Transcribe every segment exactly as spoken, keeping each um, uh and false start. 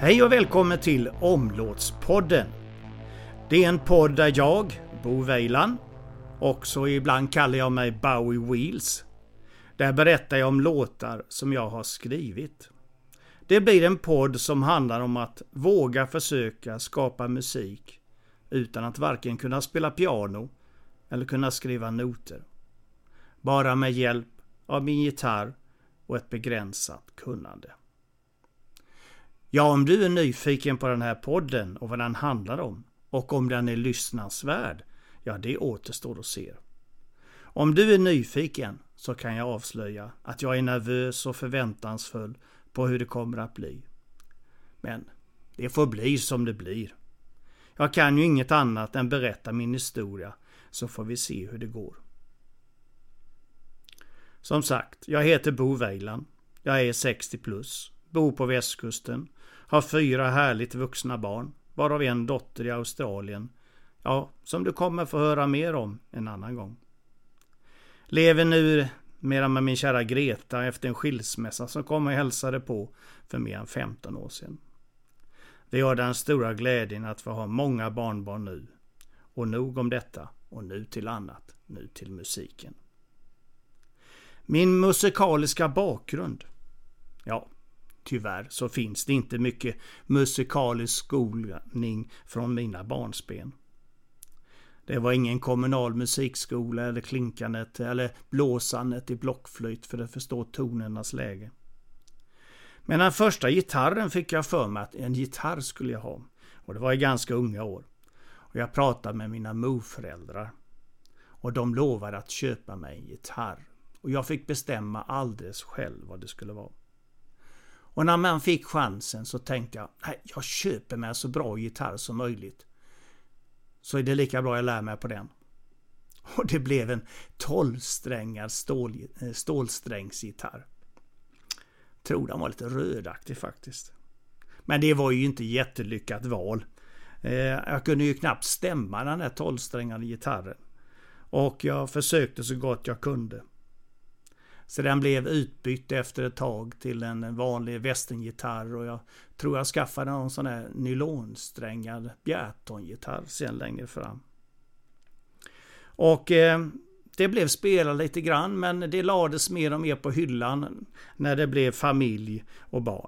Hej och välkommen till Omlåtspodden. Det är en podd där jag, Bo Weiland, också ibland kallar jag mig Bowie Wheels. Där berättar jag om låtar som jag har skrivit. Det blir en podd som handlar om att våga försöka skapa musik utan att varken kunna spela piano eller kunna skriva noter. Bara med hjälp av min gitarr och ett begränsat kunnande. Ja, om du är nyfiken på den här podden och vad den handlar om och om den är lyssnansvärd, ja det återstår att se. Om du är nyfiken så kan jag avslöja att jag är nervös och förväntansfull på hur det kommer att bli. Men det får bli som det blir. Jag kan ju inget annat än berätta min historia, så får vi se hur det går. Som sagt, jag heter Bo Weiland. Jag är sextio plus, bor på västkusten, har fyra härligt vuxna barn, varav en dotter i Australien. Ja, som du kommer få höra mer om en annan gång. Lever nu mera med min kära Greta efter en skilsmässa som kom och hälsade på för mer än femton år sedan. Vi har den stora glädjen att vi har många barnbarn nu. Och nog om detta, och nu till annat, nu till musiken. Min musikaliska bakgrund. Ja, tyvärr så finns det inte mycket musikalisk skolning från mina barnsben. Det var ingen kommunal musikskola eller klinkandet eller blåsandet i blockflöjt för att förstå tonernas läge. Men den första gitarren fick jag för mig att en gitarr skulle jag ha. Och det var i ganska unga år. Och jag pratade med mina morföräldrar. Och de lovade att köpa mig en gitarr. Och jag fick bestämma alldeles själv vad det skulle vara. Och när man fick chansen så tänkte jag, nej, jag köper mig så bra gitarr som möjligt. Så är det lika bra jag lär mig på den. Och det blev en tolvsträngad stål, stålsträngsgitarr. Tror den var lite rödaktig faktiskt. Men det var ju inte jättelyckat val. Jag kunde ju knappt stämma den här tolvsträngade gitarren. Och jag försökte så gott jag kunde. Så den blev utbytt efter ett tag till en vanlig västerngitarr, och jag tror jag skaffade någon sån här nylonsträngad bjärtongitarr sen längre fram. Och eh, det blev spelat lite grann, men det lades mer och mer på hyllan när det blev familj och barn.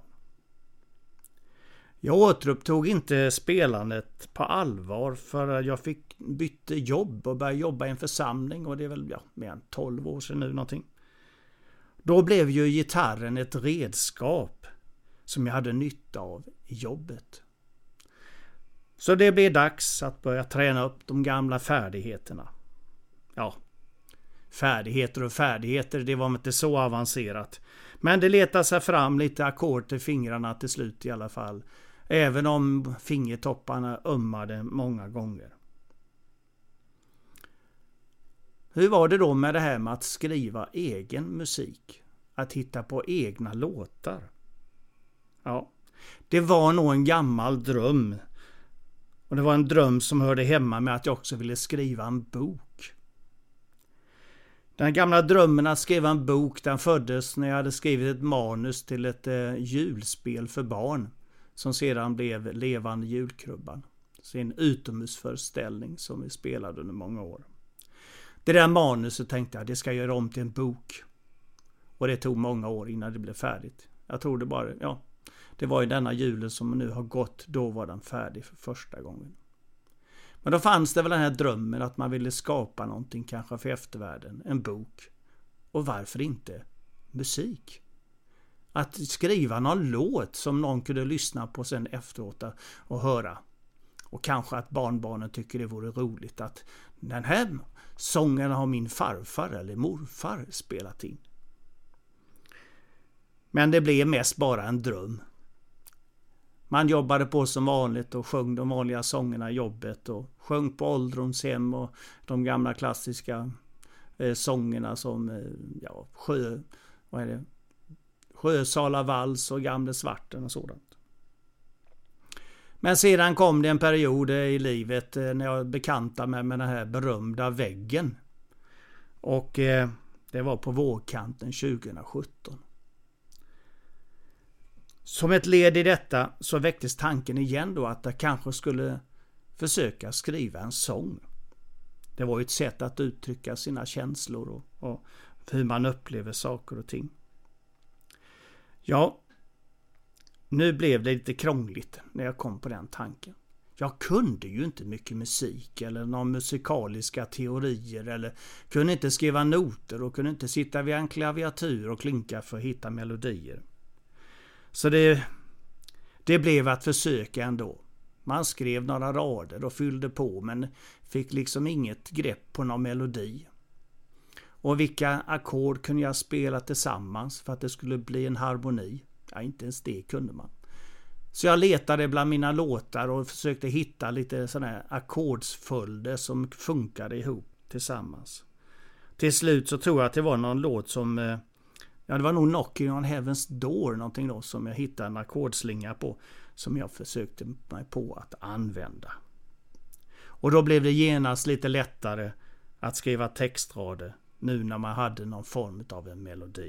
Jag återupptog inte spelandet på allvar för jag fick bytte jobb och började jobba i en församling, och det är väl ja, mer än tolv år sedan nu någonting. Då blev ju gitarren ett redskap som jag hade nytta av i jobbet. Så det blev dags att börja träna upp de gamla färdigheterna. Ja, färdigheter och färdigheter, det var inte så avancerat. Men det letade sig fram lite ackord till fingrarna till slut i alla fall. Även om fingertopparna ömmade många gånger. Hur var det då med det här med att skriva egen musik? Att hitta på egna låtar? Ja, det var nog en gammal dröm. Och det var en dröm som hörde hemma med att jag också ville skriva en bok. Den gamla drömmen att skriva en bok, den föddes när jag hade skrivit ett manus till ett eh, julspel för barn. Som sedan blev Levande julkrubban. Så en utomhusföreställning som vi spelade under många år. Det där manuset tänkte jag, det ska jag göra om till en bok. Och det tog många år innan det blev färdigt. Jag tror det bara, ja, det var ju denna julen som nu har gått, då var den färdig för första gången. Men då fanns det väl den här drömmen att man ville skapa någonting kanske för eftervärlden, en bok. Och varför inte musik? Att skriva någon låt som någon kunde lyssna på sen efteråt och höra. Och kanske att barnbarnen tycker det vore roligt att den här sången har min farfar eller morfar spelat in. Men det blev mest bara en dröm. Man jobbade på som vanligt och sjöng de vanliga sångerna i jobbet och sjöng på ålderdomshem och de gamla klassiska eh, sångerna som eh, ja, sjö, vad är det? Sjösala vals och Gamle svarten och sådant. Men sedan kom det en period i livet när jag bekantade mig med den här berömda väggen. Och eh, det var på vårkanten tjugo sjutton. Som ett led i detta så väcktes tanken igen då att jag kanske skulle försöka skriva en sång. Det var ju ett sätt att uttrycka sina känslor och, och hur man upplever saker och ting. Ja, nu blev det lite krångligt när jag kom på den tanken. Jag kunde ju inte mycket musik eller några musikaliska teorier eller kunde inte skriva noter och kunde inte sitta vid en klaviatur och klinka för att hitta melodier. Så det, det blev att försöka ändå. Man skrev några rader och fyllde på men fick liksom inget grepp på någon melodi. Och vilka ackord kunde jag spela tillsammans för att det skulle bli en harmoni? Ja, inte ens det kunde man. Så jag letade bland mina låtar och försökte hitta lite sådana här ackordsföljder som funkade ihop tillsammans. Till slut så tror jag att det var någon låt som, ja det var nog Knocking on Heaven's Door någonting då som jag hittade en ackordslinga på som jag försökte mig på att använda. Och då blev det genast lite lättare att skriva textrader nu när man hade någon form av en melodi.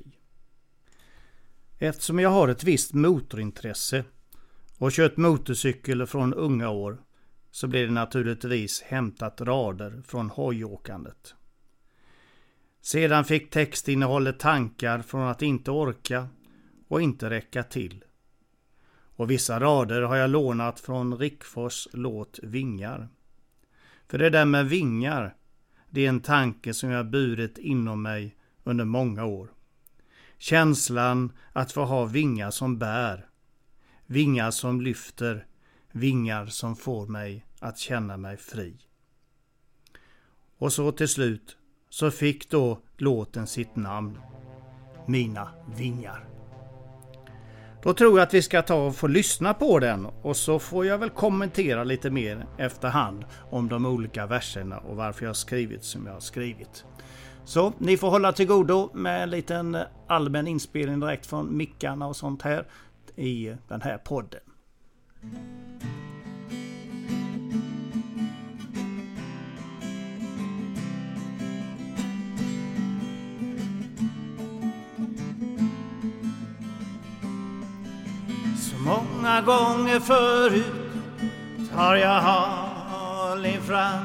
Eftersom jag har ett visst motorintresse och kört motorcykel från unga år så blir det naturligtvis hämtat rader från hojåkandet. Sedan fick textinnehållet tankar från att inte orka och inte räcka till. Och vissa rader har jag lånat från Rickfors låt Vingar. För det där med vingar, det är en tanke som jag burit inom mig under många år. Känslan att få ha vingar som bär. Vingar som lyfter, vingar som får mig att känna mig fri. Och så till slut så fick då låten sitt namn, Mina vingar. Då tror jag att vi ska ta och få lyssna på den och så får jag väl kommentera lite mer efterhand om de olika verserna och varför jag har skrivit som jag har skrivit. Så ni får hålla till godo med en liten allmän inspelning direkt från mickarna och sånt här i den här podden. Så många gånger förut tar jag halen fram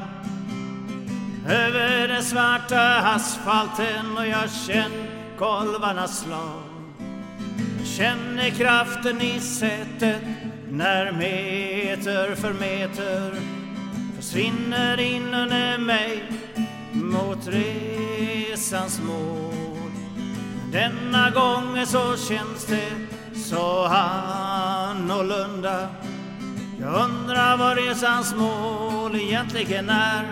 över den svarta asfalten och jag känner kolvarnas slag. Jag känner kraften i sättet när meter för meter försvinner in under mig mot resans mål. Denna gången så känns det så annorlunda. Jag undrar vad resans mål egentligen är.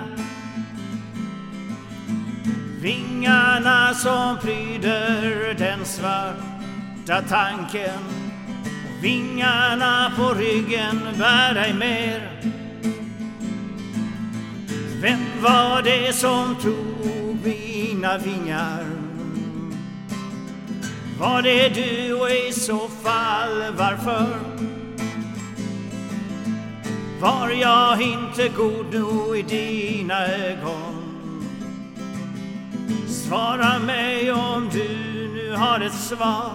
Vingarna som pryder den svarta tanken, vingarna på ryggen bär dig mer. Vem var det som tog mina vingar? Var det du och i så fall varför? Var jag inte god nog i dina ögon? Svara mig om du nu har ett svar.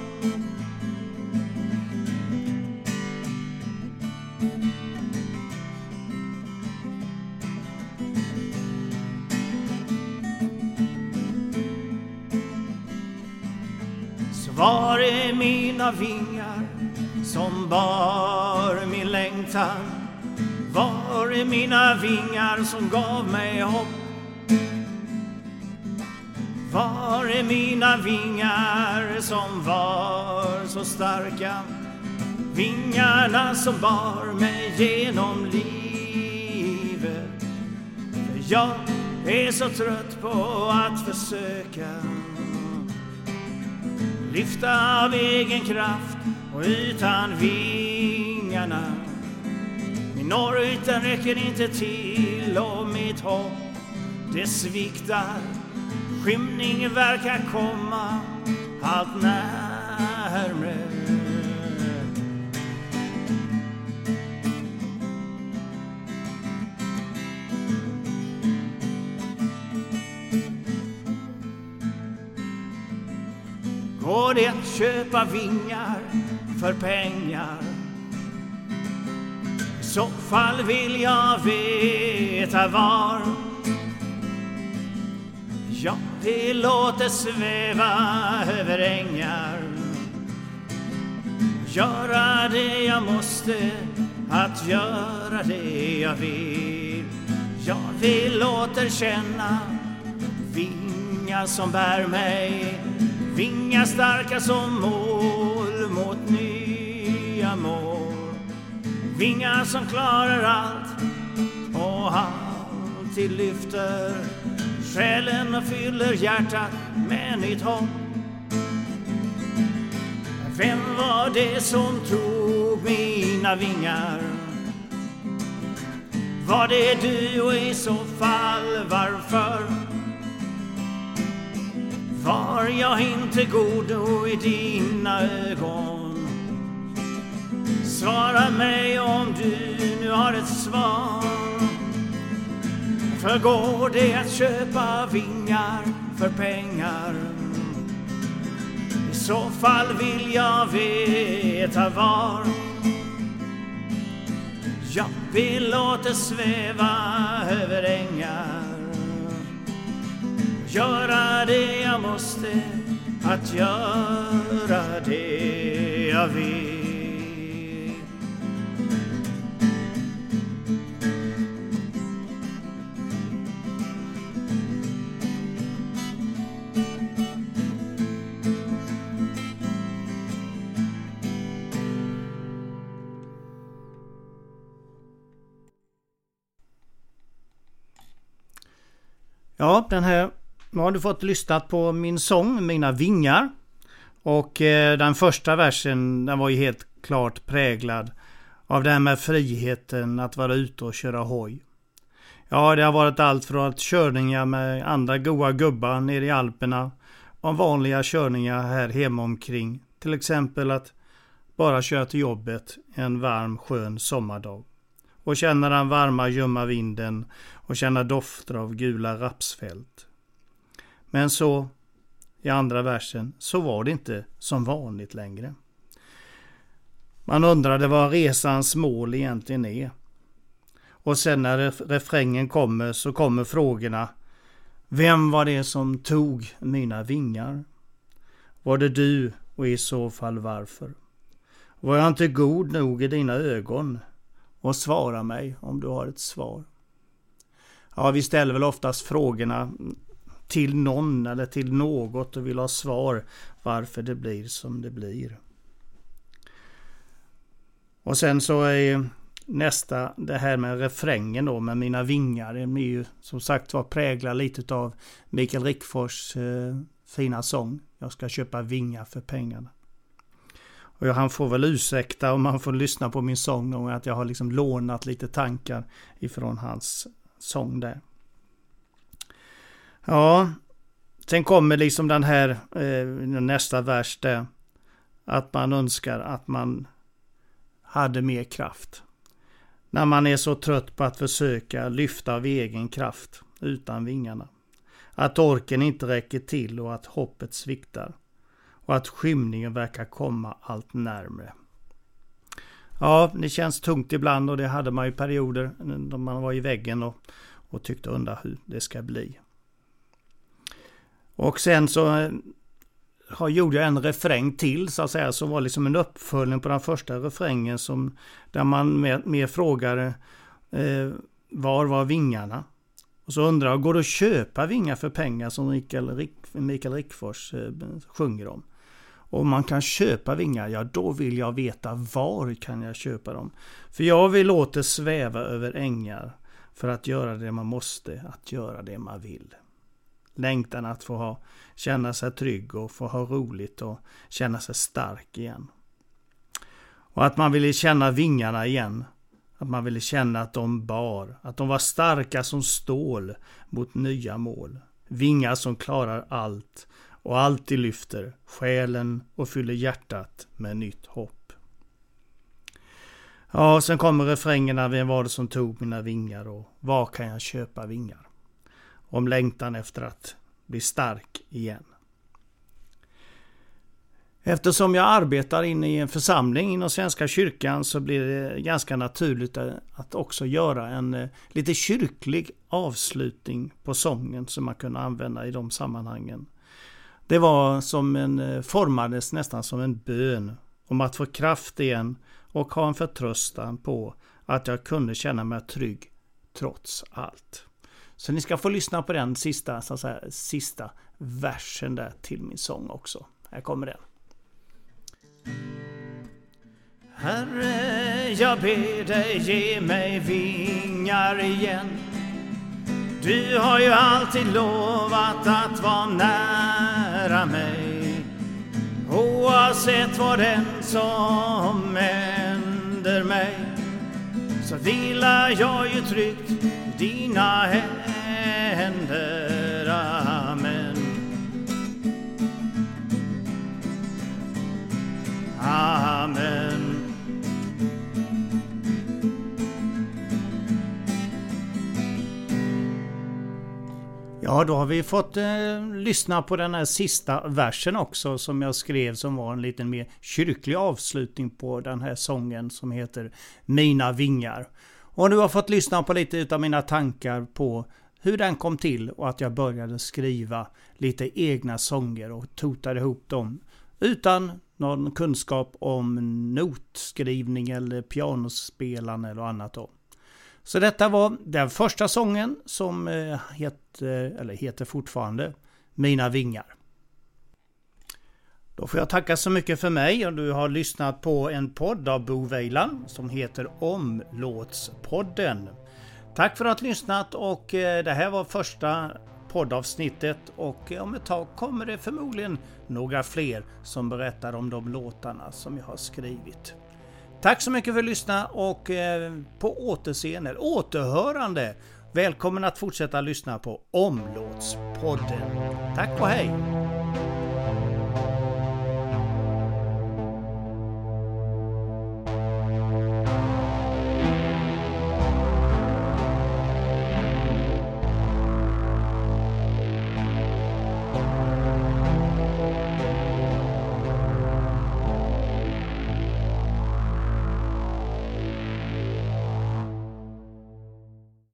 Så var är mina vingar som bar min längtan? Var är mina vingar som gav mig hopp? Var är mina vingar som var så starka? Vingarna som bar mig genom livet. För jag är så trött på att försöka lyfta av egen kraft och utan vingarna. Min norrytan räcker inte till och mitt hopp det sviktar. Skymningen verkar komma allt närmare. Går det att köpa vingar för pengar. I så fall vill jag veta var. Jag vill låta sväva över ängar. Göra det jag måste, att göra det jag vill. Jag vill återkänna vingar som bär mig. Vingar starka som mål mot nya mål. Vingar som klarar allt och alltid lyfter själen och fyller hjärtat med nytt hopp. Vem var det som tog mina vingar? Var det du, och i så fall varför? Var jag inte god då i dina ögon? Svara mig om du nu har ett svar. För går det att köpa vingar för pengar? I så fall vill jag veta var. Jag vill låta sväva över ängar. Göra det jag måste, att göra det jag vill. Ja, den här, nu har du fått lyssna på min sång, Mina vingar. Och eh, den första versen, den var ju helt klart präglad av det här med friheten att vara ute och köra hoj. Ja, det har varit allt från att körningar med andra goa gubbar nere i Alperna, om vanliga körningar här hemma omkring. Till exempel att bara köra till jobbet en varm skön sommardag. Och känna den varma ljumma vinden och känna dofter av gula rapsfält. Men så, i andra versen, så var det inte som vanligt längre. Man undrade vad resans mål egentligen är. Och sen när refrängen kommer så kommer frågorna. Vem var det som tog mina vingar? Var det du, och i så fall varför? Var jag inte god nog i dina ögon? Och svara mig om du har ett svar. Ja, vi ställer väl oftast frågorna till någon eller till något och vill ha svar varför det blir som det blir. Och sen så är nästa, det här med refrängen då, med mina vingar. Det är ju som sagt var präglar lite av Mikael Rickfors eh, fina sång. Jag ska köpa vingar för pengarna. Och han får väl ursäkta om man får lyssna på min sång och att jag har liksom lånat lite tankar ifrån hans sång där. Ja, sen kommer liksom den här eh, nästa vers där, att man önskar att man hade mer kraft. När man är så trött på att försöka lyfta av egen kraft utan vingarna. Att orken inte räcker till och att hoppet sviktar. Och att skymningen verkar komma allt närmare. Ja, det känns tungt ibland och det hade man ju perioder då man var i väggen och, och tyckte undra hur det ska bli. Och sen så har, gjorde jag en refräng till så att säga, som var liksom en uppföljning på den första refrängen som, där man mer, mer frågar eh, var var vingarna? Och så undrar jag, går det att köpa vingar för pengar som Mikael, Rick, Mikael Rickfors eh, sjunger om? Och om man kan köpa vingar, ja då vill jag veta var kan jag köpa dem. För jag vill låta sväva över ängar för att göra det man måste, att göra det man vill. Längtan att få ha, känna sig trygg och få ha roligt och känna sig stark igen. Och att man ville känna vingarna igen. Att man ville känna att de bar, att de var starka som stål mot nya mål. Vingar som klarar allt och alltid lyfter själen och fyller hjärtat med nytt hopp. Ja, sen kommer refrängerna, vem var det som tog mina vingar och var kan jag köpa vingar? Om längtan efter att bli stark igen. Eftersom jag arbetar inne i en församling inom Svenska kyrkan så blir det ganska naturligt att också göra en lite kyrklig avslutning på sången som man kunde använda i de sammanhangen. Det var som en, formades nästan som en bön om att få kraft igen och ha en förtröstan på att jag kunde känna mig trygg trots allt. Så ni ska få lyssna på den sista, så att säga, sista versen där till min sång också. Här kommer den. Herre, jag ber dig ge mig vingar igen. Du har ju alltid lovat att vara nära mig. Oavsett vad den som händer mig, så vilar jag ju tryggt i dina händer. Amen. Amen. Ja, då har vi fått eh, lyssna på den här sista versen också som jag skrev, som var en liten mer kyrklig avslutning på den här sången som heter Mina vingar. Och nu har jag fått lyssna på lite av mina tankar på hur den kom till och att jag började skriva lite egna sånger och totade ihop dem utan någon kunskap om notskrivning eller pianospelande eller annat då. Så detta var den första sången som heter, eller heter fortfarande Mina vingar. Då får jag tacka så mycket för mig, och du har lyssnat på en podd av Bo Weiland som heter Omlåtspodden. Tack för att du har lyssnat, och det här var första poddavsnittet, och om ett tag kommer det förmodligen några fler som berättar om de låtarna som jag har skrivit. Tack så mycket för att lyssna, och på återseende, återhörande. Välkommen att fortsätta lyssna på Omlåtspodden. Tack och hej!